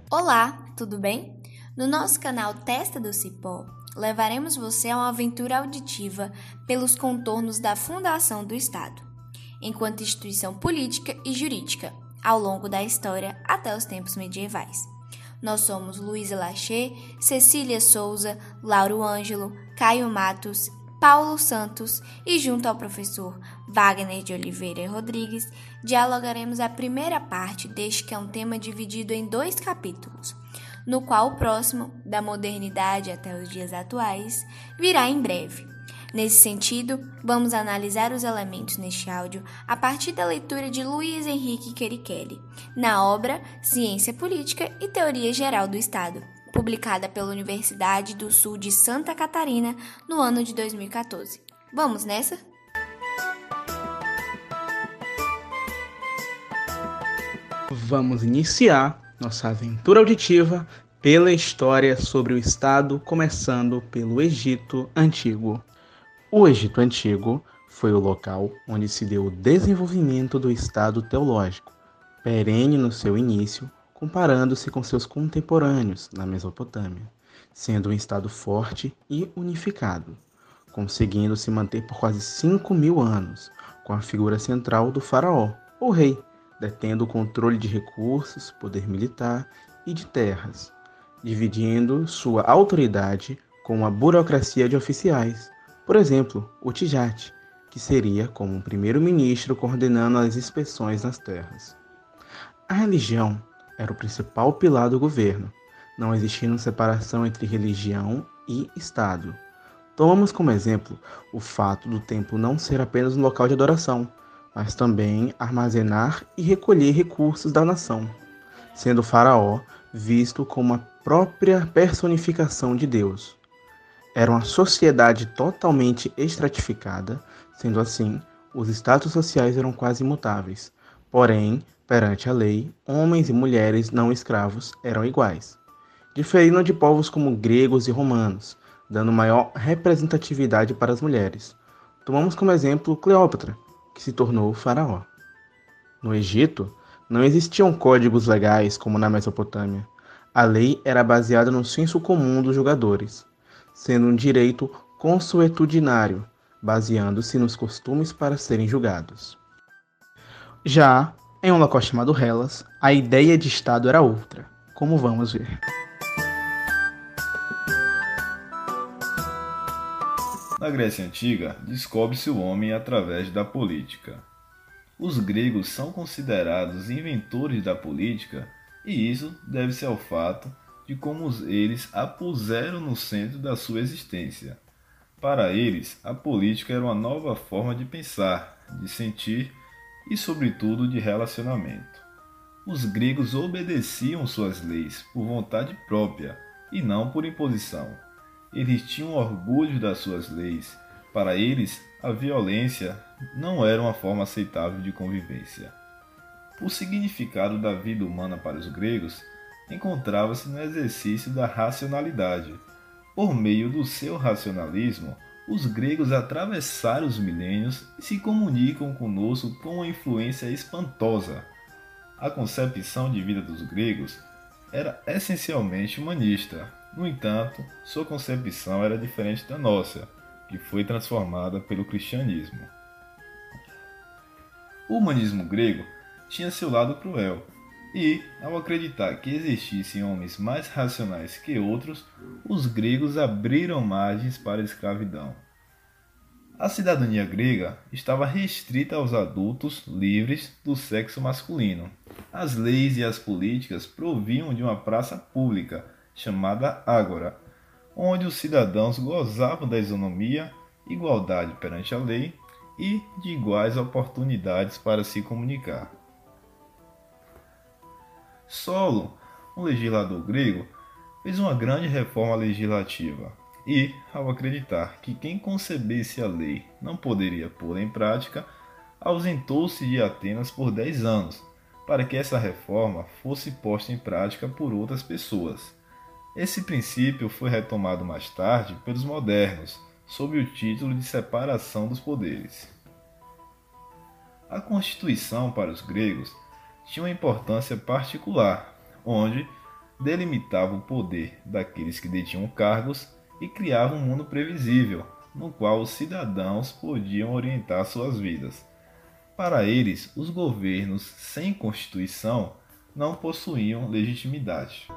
Olá, tudo bem? No nosso canal Testa do Cipó, levaremos você a uma aventura auditiva pelos contornos da fundação do Estado, enquanto instituição política e jurídica, ao longo da história até os tempos medievais. Nós somos Luísa Lachê, Cecília Souza, Lauro Ângelo, Caio Matos, Paulo Santos e, junto ao professor Wagner de Oliveira Rodrigues, dialogaremos a primeira parte deste que é um tema dividido em 2 capítulos, no qual o próximo, da modernidade até os dias atuais, virá em breve. Nesse sentido, vamos analisar os elementos neste áudio a partir da leitura de Luiz Henrique Querichelli, na obra Ciência Política e Teoria Geral do Estado, publicada pela Universidade do Sul de Santa Catarina no ano de 2014. Vamos nessa? Vamos iniciar nossa aventura auditiva pela história sobre o Estado, começando pelo Egito Antigo. O Egito Antigo foi o local onde se deu o desenvolvimento do Estado teológico, perene no seu início, comparando-se com seus contemporâneos na Mesopotâmia, sendo um Estado forte e unificado, conseguindo se manter por quase 5.000 anos, com a figura central do faraó, ou rei, detendo o controle de recursos, poder militar e de terras, dividindo sua autoridade com uma burocracia de oficiais, por exemplo, o Tijate, que seria como um primeiro-ministro coordenando as inspeções nas terras. A religião era o principal pilar do governo, não existindo separação entre religião e Estado. Tomamos como exemplo o fato do templo não ser apenas um local de adoração, mas também armazenar e recolher recursos da nação, sendo o faraó visto como a própria personificação de Deus. Era uma sociedade totalmente estratificada, sendo assim, os status sociais eram quase imutáveis. Porém, perante a lei, homens e mulheres não escravos eram iguais, diferindo de povos como gregos e romanos, dando maior representatividade para as mulheres. Tomamos como exemplo Cleópatra, que se tornou faraó. No Egito, não existiam códigos legais como na Mesopotâmia. A lei era baseada no senso comum dos julgadores, sendo um direito consuetudinário, baseando-se nos costumes para serem julgados. Já em um local chamado Hellas, a ideia de Estado era outra, como vamos ver. Na Grécia Antiga, descobre-se o homem através da política. Os gregos são considerados inventores da política, e isso deve-se ao fato de como eles a puseram no centro da sua existência. Para eles, a política era uma nova forma de pensar, de sentir e, sobretudo, de relacionamento. Os gregos obedeciam suas leis por vontade própria e não por imposição. Eles tinham orgulho das suas leis. Para eles, a violência não era uma forma aceitável de convivência. O significado da vida humana para os gregos encontrava-se no exercício da racionalidade. Por meio do seu racionalismo, os gregos atravessaram os milênios e se comunicam conosco com uma influência espantosa. A concepção de vida dos gregos era essencialmente humanista. No entanto, sua concepção era diferente da nossa, que foi transformada pelo cristianismo. O humanismo grego tinha seu lado cruel, e, ao acreditar que existissem homens mais racionais que outros, os gregos abriram margens para a escravidão. A cidadania grega estava restrita aos adultos livres do sexo masculino. As leis e as políticas provinham de uma praça pública, chamada Ágora, onde os cidadãos gozavam da isonomia, igualdade perante a lei e de iguais oportunidades para se comunicar. Solo, um legislador grego, fez uma grande reforma legislativa e, ao acreditar que quem concebesse a lei não poderia pô-la em prática, ausentou-se de Atenas por 10 anos, para que essa reforma fosse posta em prática por outras pessoas. Esse princípio foi retomado mais tarde pelos modernos, sob o título de separação dos poderes. A Constituição para os gregos tinha uma importância particular, onde delimitava o poder daqueles que detinham cargos e criava um mundo previsível, no qual os cidadãos podiam orientar suas vidas. Para eles, os governos sem constituição não possuíam legitimidade.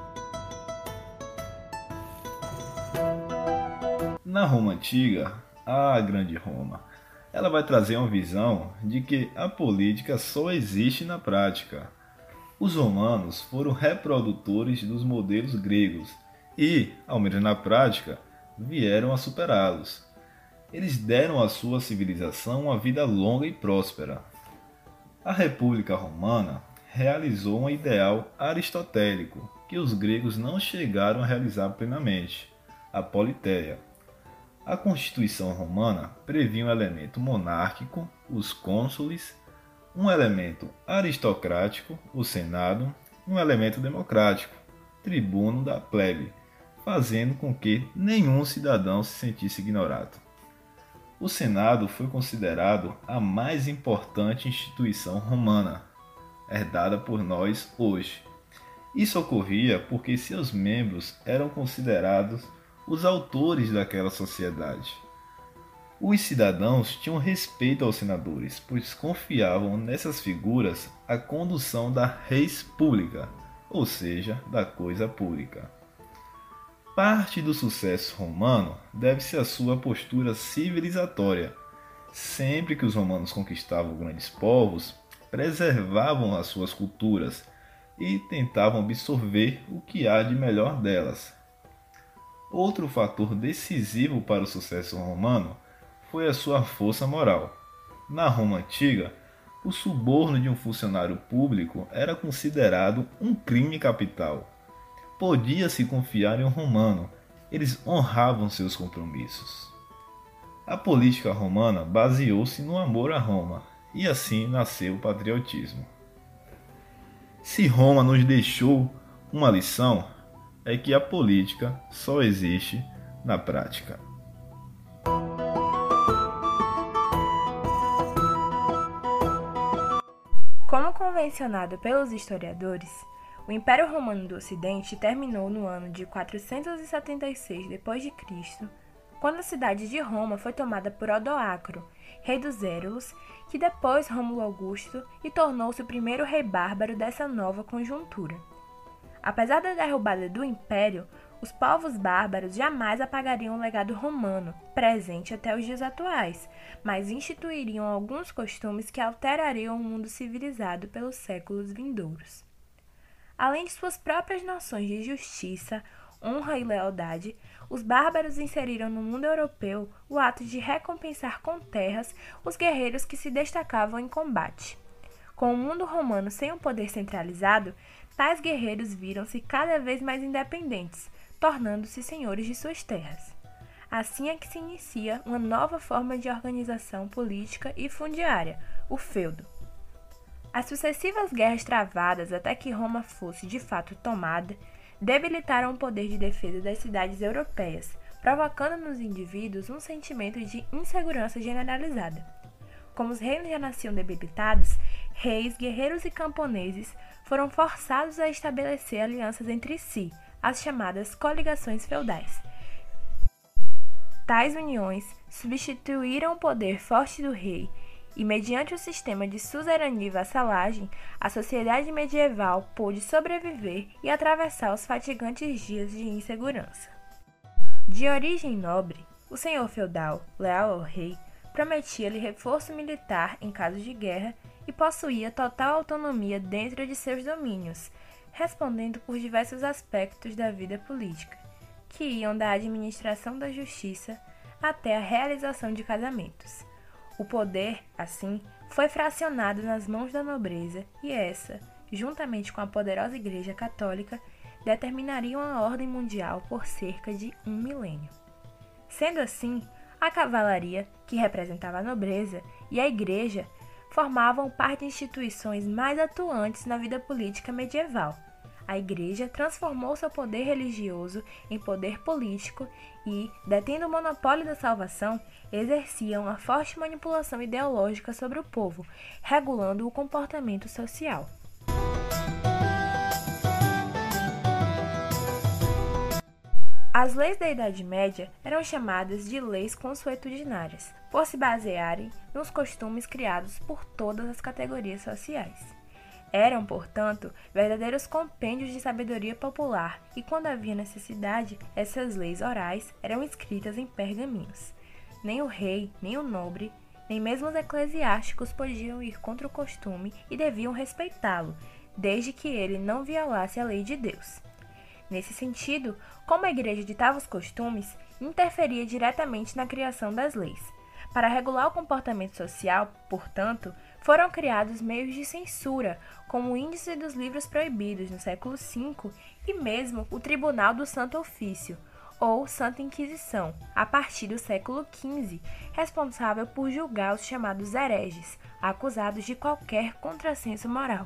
Na Roma Antiga, a Grande Roma, ela vai trazer uma visão de que a política só existe na prática. Os romanos foram reprodutores dos modelos gregos e, ao menos na prática, vieram a superá-los. Eles deram à sua civilização uma vida longa e próspera. A República Romana realizou um ideal aristotélico que os gregos não chegaram a realizar plenamente, a politeia. A Constituição Romana previa um elemento monárquico, os cônsules, um elemento aristocrático, o Senado, e um elemento democrático, tribuno da plebe, fazendo com que nenhum cidadão se sentisse ignorado. O Senado foi considerado a mais importante instituição romana, herdada por nós hoje. Isso ocorria porque seus membros eram considerados os autores daquela sociedade. Os cidadãos tinham respeito aos senadores, pois confiavam nessas figuras a condução da res pública, ou seja, da coisa pública. Parte do sucesso romano deve-se à sua postura civilizatória. Sempre que os romanos conquistavam grandes povos, preservavam as suas culturas e tentavam absorver o que há de melhor delas. Outro fator decisivo para o sucesso romano foi a sua força moral. Na Roma Antiga, o suborno de um funcionário público era considerado um crime capital. Podia-se confiar em um romano, eles honravam seus compromissos. A política romana baseou-se no amor a Roma, e assim nasceu o patriotismo. Se Roma nos deixou uma lição, é que a política só existe na prática. Como convencionado pelos historiadores, o Império Romano do Ocidente terminou no ano de 476 d.C., quando a cidade de Roma foi tomada por Odoacro, rei dos Érulos, que depois Rômulo Augusto e tornou-se o primeiro rei bárbaro dessa nova conjuntura. Apesar da derrubada do Império, os povos bárbaros jamais apagariam o legado romano, presente até os dias atuais, mas instituiriam alguns costumes que alterariam o mundo civilizado pelos séculos vindouros. Além de suas próprias noções de justiça, honra e lealdade, os bárbaros inseriram no mundo europeu o ato de recompensar com terras os guerreiros que se destacavam em combate. Com o mundo romano sem um poder centralizado, tais guerreiros viram-se cada vez mais independentes, tornando-se senhores de suas terras. Assim é que se inicia uma nova forma de organização política e fundiária, o feudo. As sucessivas guerras travadas até que Roma fosse de fato tomada, debilitaram o poder de defesa das cidades europeias, provocando nos indivíduos um sentimento de insegurança generalizada. Como os reinos já nasciam debilitados, reis, guerreiros e camponeses foram forçados a estabelecer alianças entre si, as chamadas coligações feudais. Tais uniões substituíram o poder forte do rei e, mediante o sistema de suzerania e vassalagem, a sociedade medieval pôde sobreviver e atravessar os fatigantes dias de insegurança. De origem nobre, o senhor feudal, leal ao rei, prometia-lhe reforço militar em caso de guerra e possuía total autonomia dentro de seus domínios, respondendo por diversos aspectos da vida política, que iam da administração da justiça até a realização de casamentos. O poder, assim, foi fracionado nas mãos da nobreza e essa, juntamente com a poderosa Igreja Católica, determinariam a ordem mundial por cerca de 1 milênio. Sendo assim, a cavalaria, que representava a nobreza, e a Igreja formavam parte de instituições mais atuantes na vida política medieval. A Igreja transformou seu poder religioso em poder político e, detendo o monopólio da salvação, exercia uma forte manipulação ideológica sobre o povo, regulando o comportamento social. As leis da Idade Média eram chamadas de leis consuetudinárias, por se basearem nos costumes criados por todas as categorias sociais. Eram, portanto, verdadeiros compêndios de sabedoria popular e, quando havia necessidade, essas leis orais eram escritas em pergaminhos. Nem o rei, nem o nobre, nem mesmo os eclesiásticos podiam ir contra o costume e deviam respeitá-lo, desde que ele não violasse a lei de Deus. Nesse sentido, como a Igreja ditava os costumes, interferia diretamente na criação das leis. Para regular o comportamento social, portanto, foram criados meios de censura, como o Índice dos Livros Proibidos no século V e mesmo o Tribunal do Santo Ofício, ou Santa Inquisição, a partir do século XV, responsável por julgar os chamados hereges, acusados de qualquer contrassenso moral.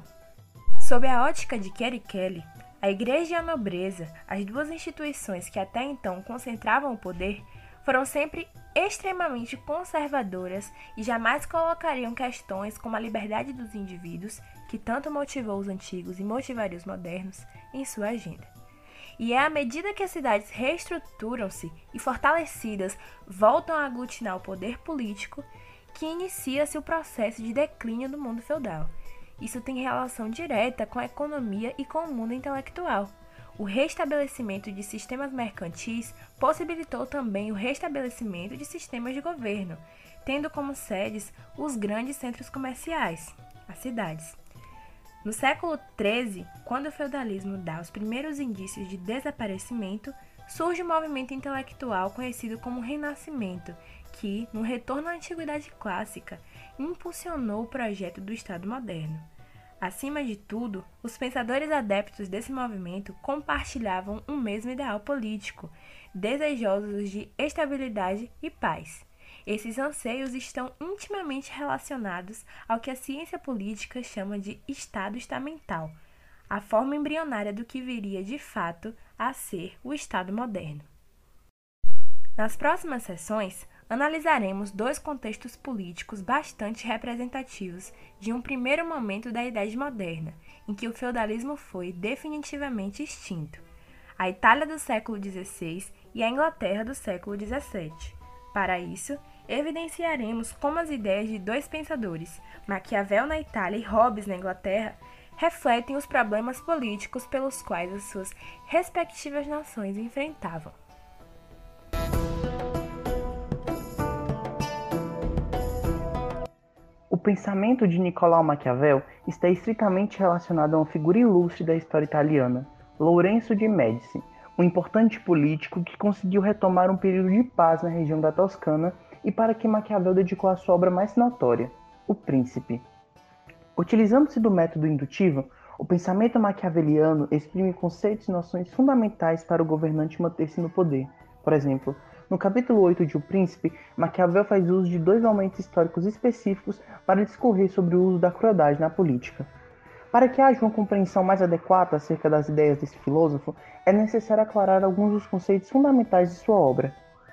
Sob a ótica de Kerry Kelly, a Igreja e a nobreza, as duas instituições que até então concentravam o poder, foram sempre extremamente conservadoras e jamais colocariam questões como a liberdade dos indivíduos, que tanto motivou os antigos e motivaria os modernos, em sua agenda. E é à medida que as cidades reestruturam-se e fortalecidas voltam a aglutinar o poder político que inicia-se o processo de declínio do mundo feudal. Isso tem relação direta com a economia e com o mundo intelectual. O restabelecimento de sistemas mercantis possibilitou também o restabelecimento de sistemas de governo, tendo como sedes os grandes centros comerciais, as cidades. No século XIII, quando o feudalismo dá os primeiros indícios de desaparecimento, surge o movimento intelectual conhecido como Renascimento, que, no retorno à antiguidade clássica, impulsionou o projeto do Estado moderno. Acima de tudo, os pensadores adeptos desse movimento compartilhavam um mesmo ideal político, desejosos de estabilidade e paz. Esses anseios estão intimamente relacionados ao que a ciência política chama de Estado estamental, a forma embrionária do que viria de fato a ser o Estado moderno. Nas próximas sessões, analisaremos dois contextos políticos bastante representativos de um primeiro momento da Idade Moderna, em que o feudalismo foi definitivamente extinto: a Itália do século XVI e a Inglaterra do século XVII. Para isso, evidenciaremos como as ideias de dois pensadores, Maquiavel na Itália e Hobbes na Inglaterra, refletem os problemas políticos pelos quais as suas respectivas nações enfrentavam. O pensamento de Nicolau Maquiavel está estritamente relacionado a uma figura ilustre da história italiana, Lourenço de Médici, um importante político que conseguiu retomar um período de paz na região da Toscana e para que Maquiavel dedicou a sua obra mais notória, O Príncipe. Utilizando-se do método indutivo, o pensamento maquiaveliano exprime conceitos e noções fundamentais para o governante manter-se no poder. Por exemplo, no capítulo 8 de O Príncipe, Maquiavel faz uso de dois momentos históricos específicos para discorrer sobre o uso da crueldade na política. Para que haja uma compreensão mais adequada acerca das ideias desse filósofo, é necessário aclarar alguns dos conceitos fundamentais de sua obra.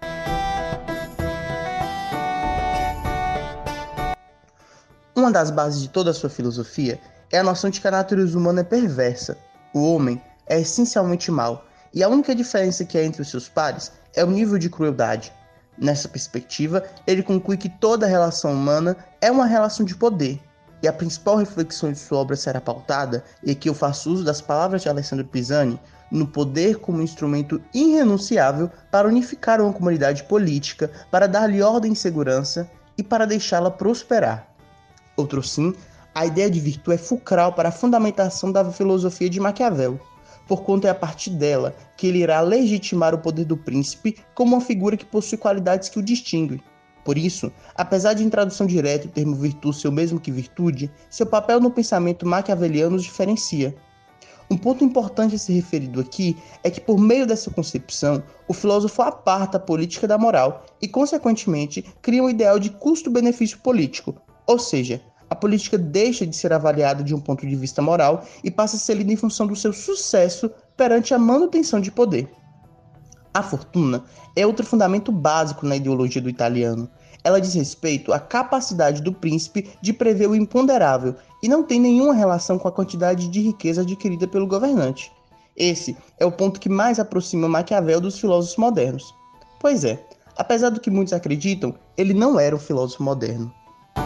Uma das bases de toda a sua filosofia é a noção de que a natureza humana é perversa. O homem é essencialmente mau, e a única diferença que há entre os seus pares é o nível de crueldade. Nessa perspectiva, ele conclui que toda relação humana é uma relação de poder, e a principal reflexão de sua obra será pautada, e aqui eu faço uso das palavras de Alessandro Pisani, no poder como instrumento irrenunciável para unificar uma comunidade política, para dar-lhe ordem e segurança e para deixá-la prosperar. Outrosim, a ideia de virtude é fulcral para a fundamentação da filosofia de Maquiavel, porquanto é a partir dela que ele irá legitimar o poder do príncipe como uma figura que possui qualidades que o distinguem. Por isso, apesar de em tradução direta o termo virtude ser o mesmo que virtude, seu papel no pensamento maquiaveliano os diferencia. Um ponto importante a ser referido aqui é que, por meio dessa concepção, o filósofo aparta a política da moral e, consequentemente, cria um ideal de custo-benefício político, ou seja, a política deixa de ser avaliada de um ponto de vista moral e passa a ser lida em função do seu sucesso perante a manutenção de poder. A fortuna é outro fundamento básico na ideologia do italiano. Ela diz respeito à capacidade do príncipe de prever o imponderável e não tem nenhuma relação com a quantidade de riqueza adquirida pelo governante. Esse é o ponto que mais aproxima Maquiavel dos filósofos modernos. Pois é, apesar do que muitos acreditam, ele não era um filósofo moderno.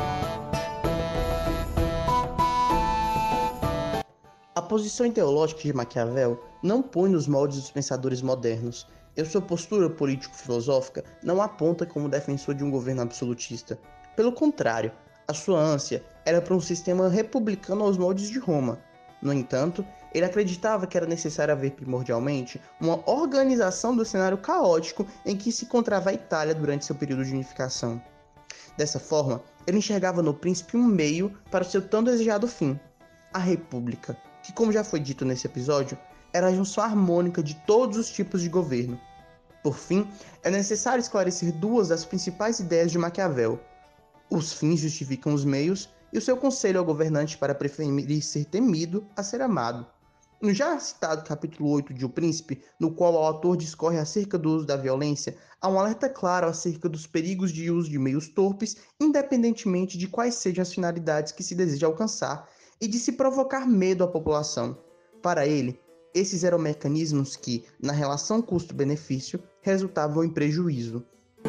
A posição ideológica de Maquiavel não põe nos moldes dos pensadores modernos, e sua postura político-filosófica não aponta como defensor de um governo absolutista. Pelo contrário, a sua ânsia era para um sistema republicano aos moldes de Roma. No entanto, ele acreditava que era necessário haver primordialmente uma organização do cenário caótico em que se encontrava a Itália durante seu período de unificação. Dessa forma, ele enxergava no príncipe um meio para o seu tão desejado fim, a república, que, como já foi dito nesse episódio, era a junção harmônica de todos os tipos de governo. Por fim, é necessário esclarecer duas das principais ideias de Maquiavel: os fins justificam os meios e o seu conselho ao governante para preferir ser temido a ser amado. No já citado capítulo 8 de O Príncipe, no qual o autor discorre acerca do uso da violência, há um alerta claro acerca dos perigos de uso de meios torpes, independentemente de quais sejam as finalidades que se deseja alcançar, e de se provocar medo à população. Para ele, esses eram mecanismos que, na relação custo-benefício, resultavam em prejuízo.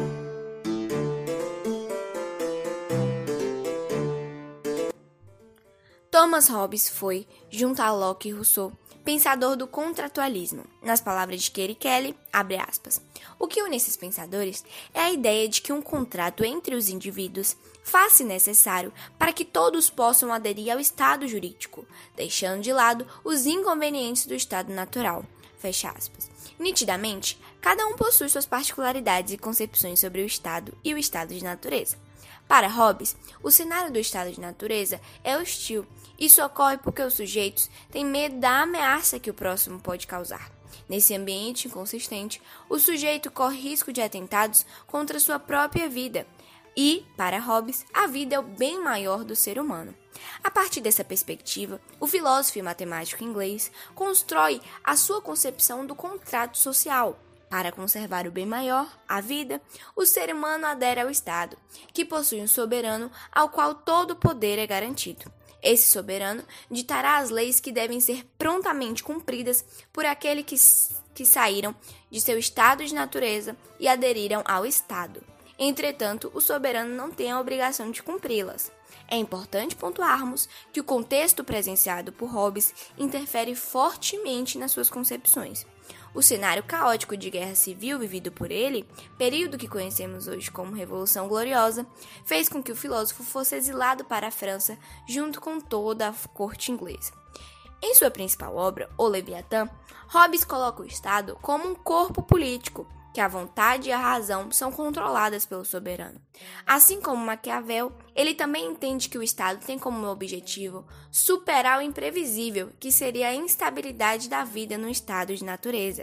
Thomas Hobbes foi, junto a Locke e Rousseau, pensador do contratualismo. Nas palavras de Kerry Kelly, abre aspas, o que une esses pensadores é a ideia de que um contrato entre os indivíduos faz-se necessário para que todos possam aderir ao Estado jurídico, deixando de lado os inconvenientes do Estado natural. Fecha aspas. Nitidamente, cada um possui suas particularidades e concepções sobre o Estado e o Estado de natureza. Para Hobbes, o cenário do estado de natureza é hostil. Isso ocorre porque os sujeitos têm medo da ameaça que o próximo pode causar. Nesse ambiente inconsistente, o sujeito corre risco de atentados contra sua própria vida. E, para Hobbes, a vida é o bem maior do ser humano. A partir dessa perspectiva, o filósofo e matemático inglês constrói a sua concepção do contrato social. Para conservar o bem maior, a vida, o ser humano adere ao Estado, que possui um soberano ao qual todo o poder é garantido. Esse soberano ditará as leis que devem ser prontamente cumpridas por aqueles que saíram de seu estado de natureza e aderiram ao Estado. Entretanto, o soberano não tem a obrigação de cumpri-las. É importante pontuarmos que o contexto presenciado por Hobbes interfere fortemente nas suas concepções. O cenário caótico de guerra civil vivido por ele, período que conhecemos hoje como Revolução Gloriosa, fez com que o filósofo fosse exilado para a França junto com toda a corte inglesa. Em sua principal obra, O Leviatã, Hobbes coloca o Estado como um corpo político, que a vontade e a razão são controladas pelo soberano. Assim como Maquiavel, ele também entende que o Estado tem como objetivo superar o imprevisível, que seria a instabilidade da vida no estado de natureza.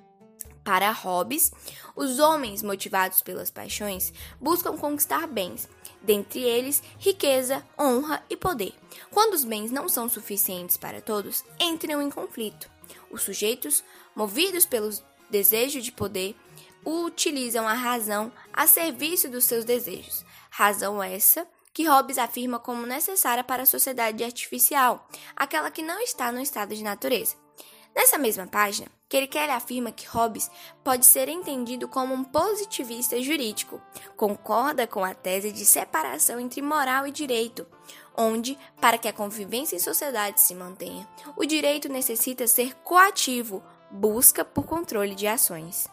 Para Hobbes, os homens motivados pelas paixões buscam conquistar bens, dentre eles riqueza, honra e poder. Quando os bens não são suficientes para todos, entram em conflito. Os sujeitos, movidos pelos desejos de poder, utilizam a razão a serviço dos seus desejos. Razão essa que Hobbes afirma como necessária para a sociedade artificial, aquela que não está no estado de natureza. Nessa mesma página, Kerry Kelly afirma que Hobbes pode ser entendido como um positivista jurídico. Concorda com a tese de separação entre moral e direito, onde, para que a convivência em sociedade se mantenha, o direito necessita ser coativo, busca por controle de ações.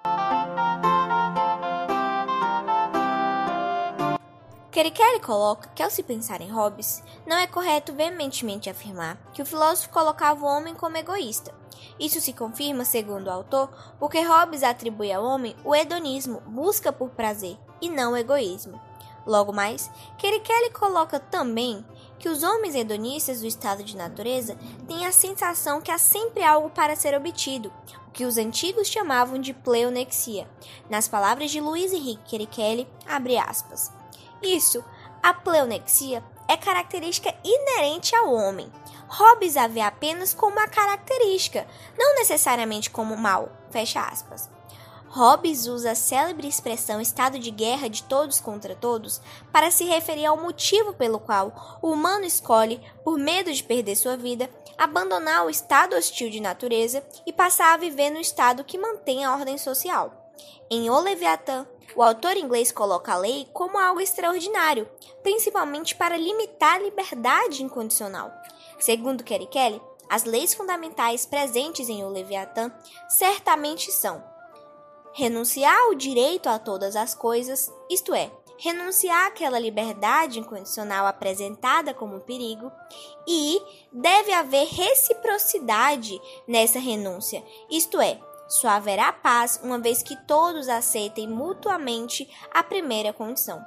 Kerry Kelly coloca que, ao se pensar em Hobbes, não é correto veementemente afirmar que o filósofo colocava o homem como egoísta. Isso se confirma, segundo o autor, porque Hobbes atribui ao homem o hedonismo, busca por prazer, e não o egoísmo. Logo mais, Kerry Kelly coloca também que os homens hedonistas do estado de natureza têm a sensação que há sempre algo para ser obtido, o que os antigos chamavam de pleonexia. Nas palavras de Luiz Henrique Kerry Kelly, abre aspas, isso, a pleonexia, é característica inerente ao homem. Hobbes a vê apenas como uma característica, não necessariamente como mal, fecha aspas. Hobbes usa a célebre expressão estado de guerra de todos contra todos para se referir ao motivo pelo qual o humano escolhe, por medo de perder sua vida, abandonar o estado hostil de natureza e passar a viver no estado que mantém a ordem social. Em O Leviatã, o autor inglês coloca a lei como algo extraordinário, principalmente para limitar a liberdade incondicional. Segundo Kerry Kelly, as leis fundamentais presentes em O Leviatã certamente são renunciar ao direito a todas as coisas, isto é, renunciar àquela liberdade incondicional apresentada como perigo, e deve haver reciprocidade nessa renúncia, isto é, só haverá paz uma vez que todos aceitem mutuamente a primeira condição.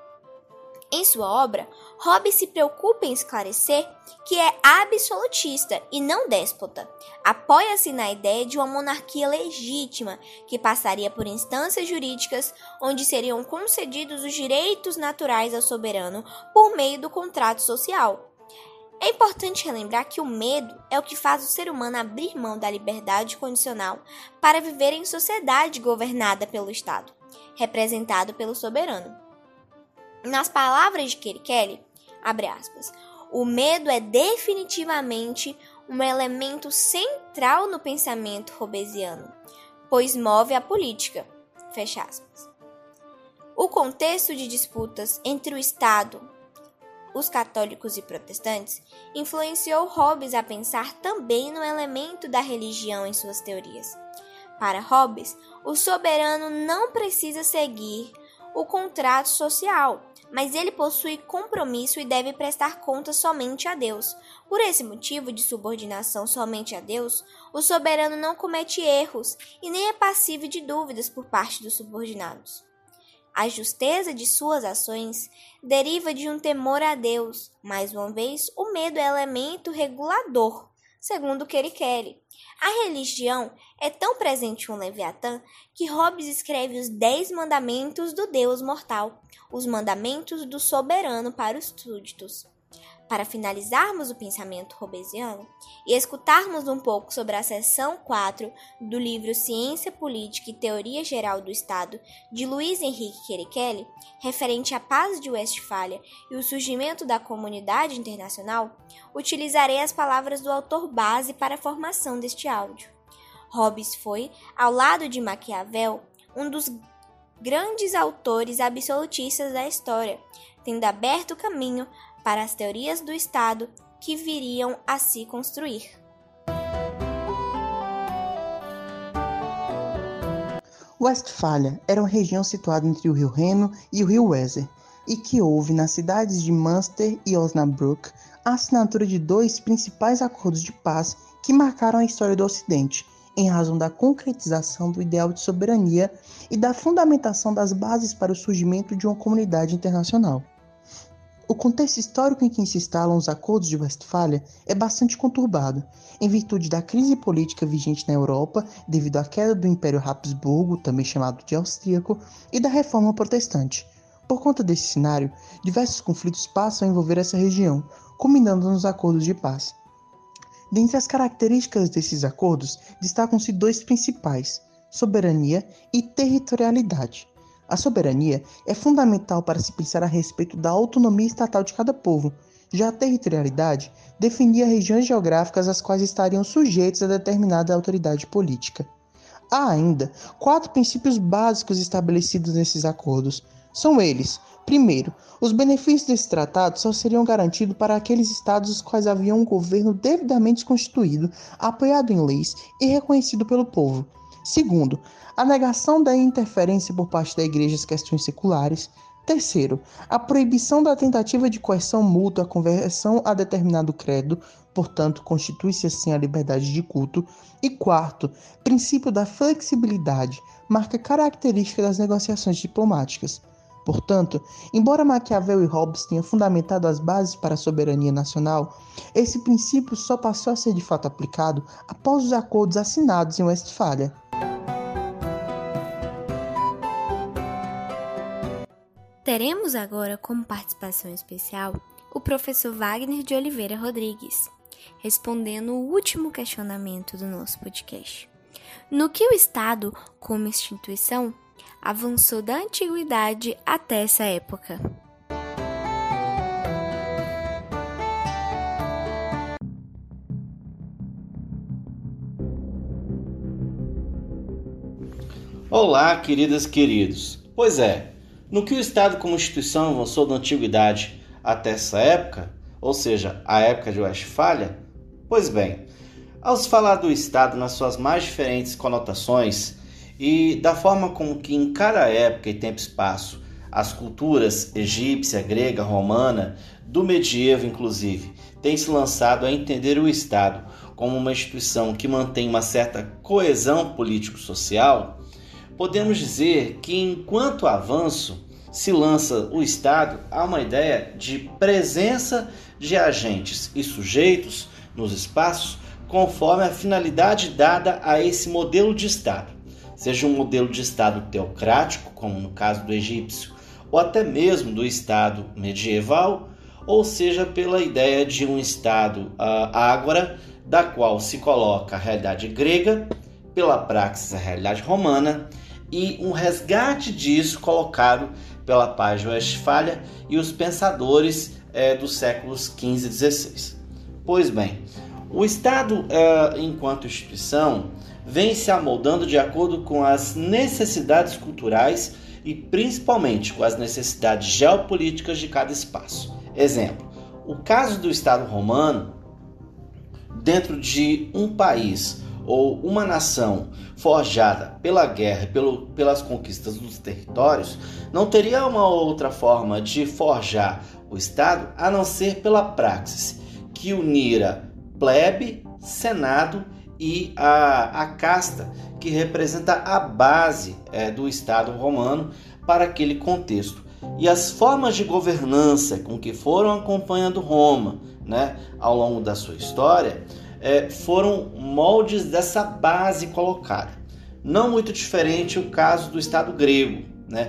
Em sua obra, Hobbes se preocupa em esclarecer que é absolutista e não déspota. Apoia-se na ideia de uma monarquia legítima, que passaria por instâncias jurídicas onde seriam concedidos os direitos naturais ao soberano por meio do contrato social. É importante relembrar que o medo é o que faz o ser humano abrir mão da liberdade condicional para viver em sociedade governada pelo Estado, representado pelo soberano. Nas palavras de Kerry Kelly, abre aspas, o medo é definitivamente um elemento central no pensamento hobbesiano, pois move a política, fecha aspas. O contexto de disputas entre o Estado, os católicos e protestantes, influenciou Hobbes a pensar também no elemento da religião em suas teorias. Para Hobbes, o soberano não precisa seguir o contrato social, mas ele possui compromisso e deve prestar contas somente a Deus. Por esse motivo de subordinação somente a Deus, o soberano não comete erros e nem é passível de dúvidas por parte dos subordinados. A justeza de suas ações deriva de um temor a Deus. Mais uma vez, o medo é elemento regulador, segundo Kerry Kelly. A religião é tão presente no Leviatã que Hobbes escreve os 10 mandamentos do Deus mortal, os mandamentos do soberano para os súditos. Para finalizarmos o pensamento hobbesiano e escutarmos um pouco sobre a seção 4 do livro Ciência Política e Teoria Geral do Estado, de Luiz Henrique Kerry Kelly, referente à Paz de Westfália e o surgimento da comunidade internacional, utilizarei as palavras do autor base para a formação deste áudio. Hobbes foi, ao lado de Maquiavel, um dos grandes autores absolutistas da história, tendo aberto o caminho para as teorias do Estado que viriam a se construir. Westfália era uma região situada entre o rio Reno e o rio Weser, e que houve nas cidades de Münster e Osnabrück a assinatura de 2 principais acordos de paz que marcaram a história do Ocidente, em razão da concretização do ideal de soberania e da fundamentação das bases para o surgimento de uma comunidade internacional. O contexto histórico em que se instalam os acordos de Westfália é bastante conturbado, em virtude da crise política vigente na Europa devido à queda do Império Habsburgo, também chamado de austríaco, e da Reforma Protestante. Por conta desse cenário, diversos conflitos passam a envolver essa região, culminando nos acordos de paz. Dentre as características desses acordos, destacam-se 2 principais: soberania e territorialidade. A soberania é fundamental para se pensar a respeito da autonomia estatal de cada povo. Já a territorialidade definia regiões geográficas às quais estariam sujeitos a determinada autoridade política. Há ainda 4 princípios básicos estabelecidos nesses acordos. São eles: primeiro, os benefícios desse tratado só seriam garantidos para aqueles estados os quais havia um governo devidamente constituído, apoiado em leis e reconhecido pelo povo. Segundo, a negação da interferência por parte da Igreja às questões seculares. Terceiro, a proibição da tentativa de coerção mútua à conversão a determinado credo, portanto, constitui-se assim a liberdade de culto. E quarto, princípio da flexibilidade, marca característica das negociações diplomáticas. Portanto, embora Maquiavel e Hobbes tenham fundamentado as bases para a soberania nacional, esse princípio só passou a ser de fato aplicado após os acordos assinados em Westfália. Teremos agora como participação especial o professor Wagner de Oliveira Rodrigues, respondendo o último questionamento do nosso podcast. no que o Estado, como instituição, avançou da antiguidade até essa época. Olá, queridas e queridos. Pois é, no que o Estado como instituição avançou da antiguidade até essa época, ou seja, a época de Westfália, pois bem, ao se falar do Estado nas suas mais diferentes conotações e da forma como que em cada época e tempo e espaço as culturas egípcia, grega, romana, do medievo inclusive, têm se lançado a entender o Estado como uma instituição que mantém uma certa coesão político-social, podemos dizer que, enquanto avanço, se lança o Estado a uma ideia de presença de agentes e sujeitos nos espaços conforme a finalidade dada a esse modelo de Estado, seja um modelo de Estado teocrático, como no caso do egípcio, ou até mesmo do Estado medieval, ou seja, pela ideia de um Estado ágora, da qual se coloca a realidade grega, pela praxis a realidade romana, e um resgate disso colocado pela paz de Westfália e os pensadores dos séculos XV e XVI. Pois bem, o Estado, enquanto instituição, vem se amoldando de acordo com as necessidades culturais e principalmente com as necessidades geopolíticas de cada espaço. Exemplo, o caso do Estado romano, dentro de um país ou uma nação forjada pela guerra e pelas conquistas dos territórios, não teria uma outra forma de forjar o Estado a não ser pela praxis, que unira plebe, senado e a casta, que representa a base do Estado romano para aquele contexto. E as formas de governança com que foram acompanhando Roma, ao longo da sua história, foram moldes dessa base colocada. Não muito diferente o caso do Estado grego,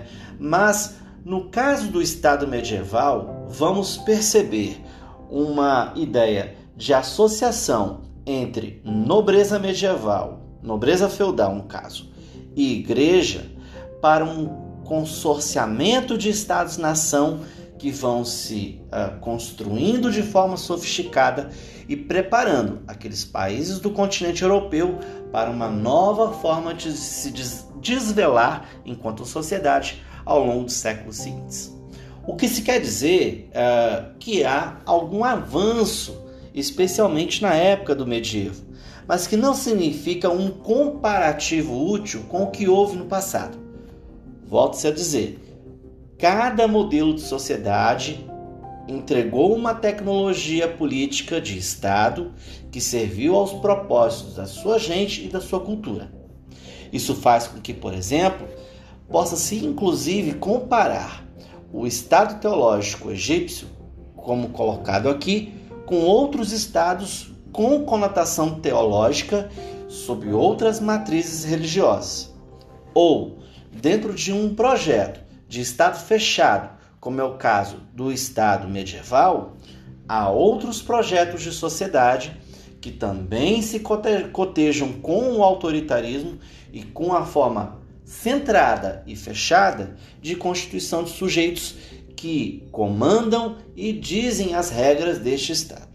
mas no caso do Estado medieval, vamos perceber uma ideia de associação entre nobreza medieval, nobreza feudal no caso, e igreja para um consorciamento de estados-nação que vão se construindo de forma sofisticada e preparando aqueles países do continente europeu para uma nova forma de se desvelar enquanto sociedade ao longo dos séculos seguintes. O que se quer dizer que há algum avanço, especialmente na época do medievo, mas que não significa um comparativo útil com o que houve no passado. Volto-se a dizer, cada modelo de sociedade entregou uma tecnologia política de Estado que serviu aos propósitos da sua gente e da sua cultura. Isso faz com que, por exemplo, possa-se inclusive comparar o Estado teológico egípcio, como colocado aqui, com outros estados com conotação teológica sob outras matrizes religiosas. Ou, dentro de um projeto de Estado fechado, como é o caso do Estado medieval, há outros projetos de sociedade que também se cotejam com o autoritarismo e com a forma centrada e fechada de constituição de sujeitos que comandam e dizem as regras deste Estado.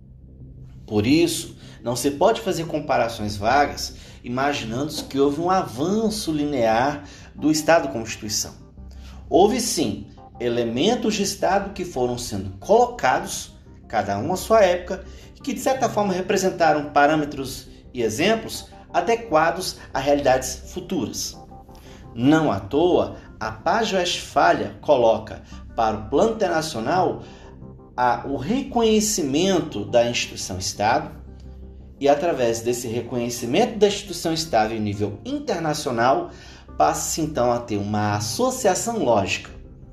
Por isso, não se pode fazer comparações vagas imaginando que houve um avanço linear do Estado como instituição. Houve sim elementos de Estado que foram sendo colocados, cada um à sua época, e que de certa forma representaram parâmetros e exemplos adequados a realidades futuras. Não à toa, a Paz de Westfália coloca para o plano internacional o reconhecimento da instituição Estado e, através desse reconhecimento da instituição Estado em nível internacional, passa-se então a ter uma associação lógica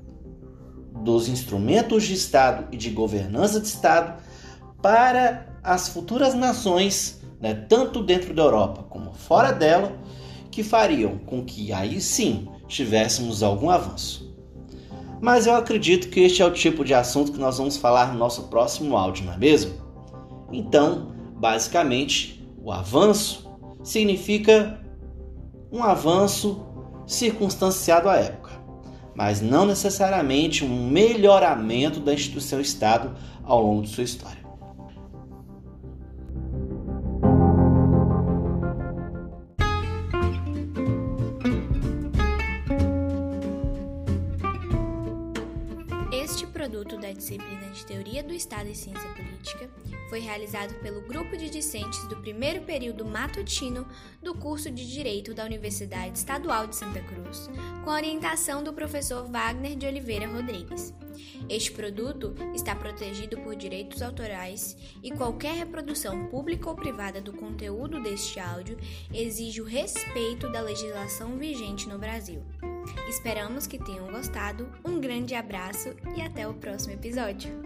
dos instrumentos de Estado e de governança de Estado para as futuras nações, tanto dentro da Europa como fora dela, que fariam com que aí sim tivéssemos algum avanço. Mas eu acredito que este é o tipo de assunto que nós vamos falar no nosso próximo áudio, não é mesmo? Então, basicamente, o avanço significa um avanço circunstanciado à época, mas não necessariamente um melhoramento da instituição Estado ao longo de sua história. Este produto da disciplina de Teoria do Estado e Ciência Política foi realizado pelo grupo de discentes do primeiro período matutino do curso de Direito da Universidade Estadual de Santa Cruz, com a orientação do professor Wagner de Oliveira Rodrigues. Este produto está protegido por direitos autorais e qualquer reprodução pública ou privada do conteúdo deste áudio exige o respeito da legislação vigente no Brasil. Esperamos que tenham gostado, um grande abraço e até o próximo episódio!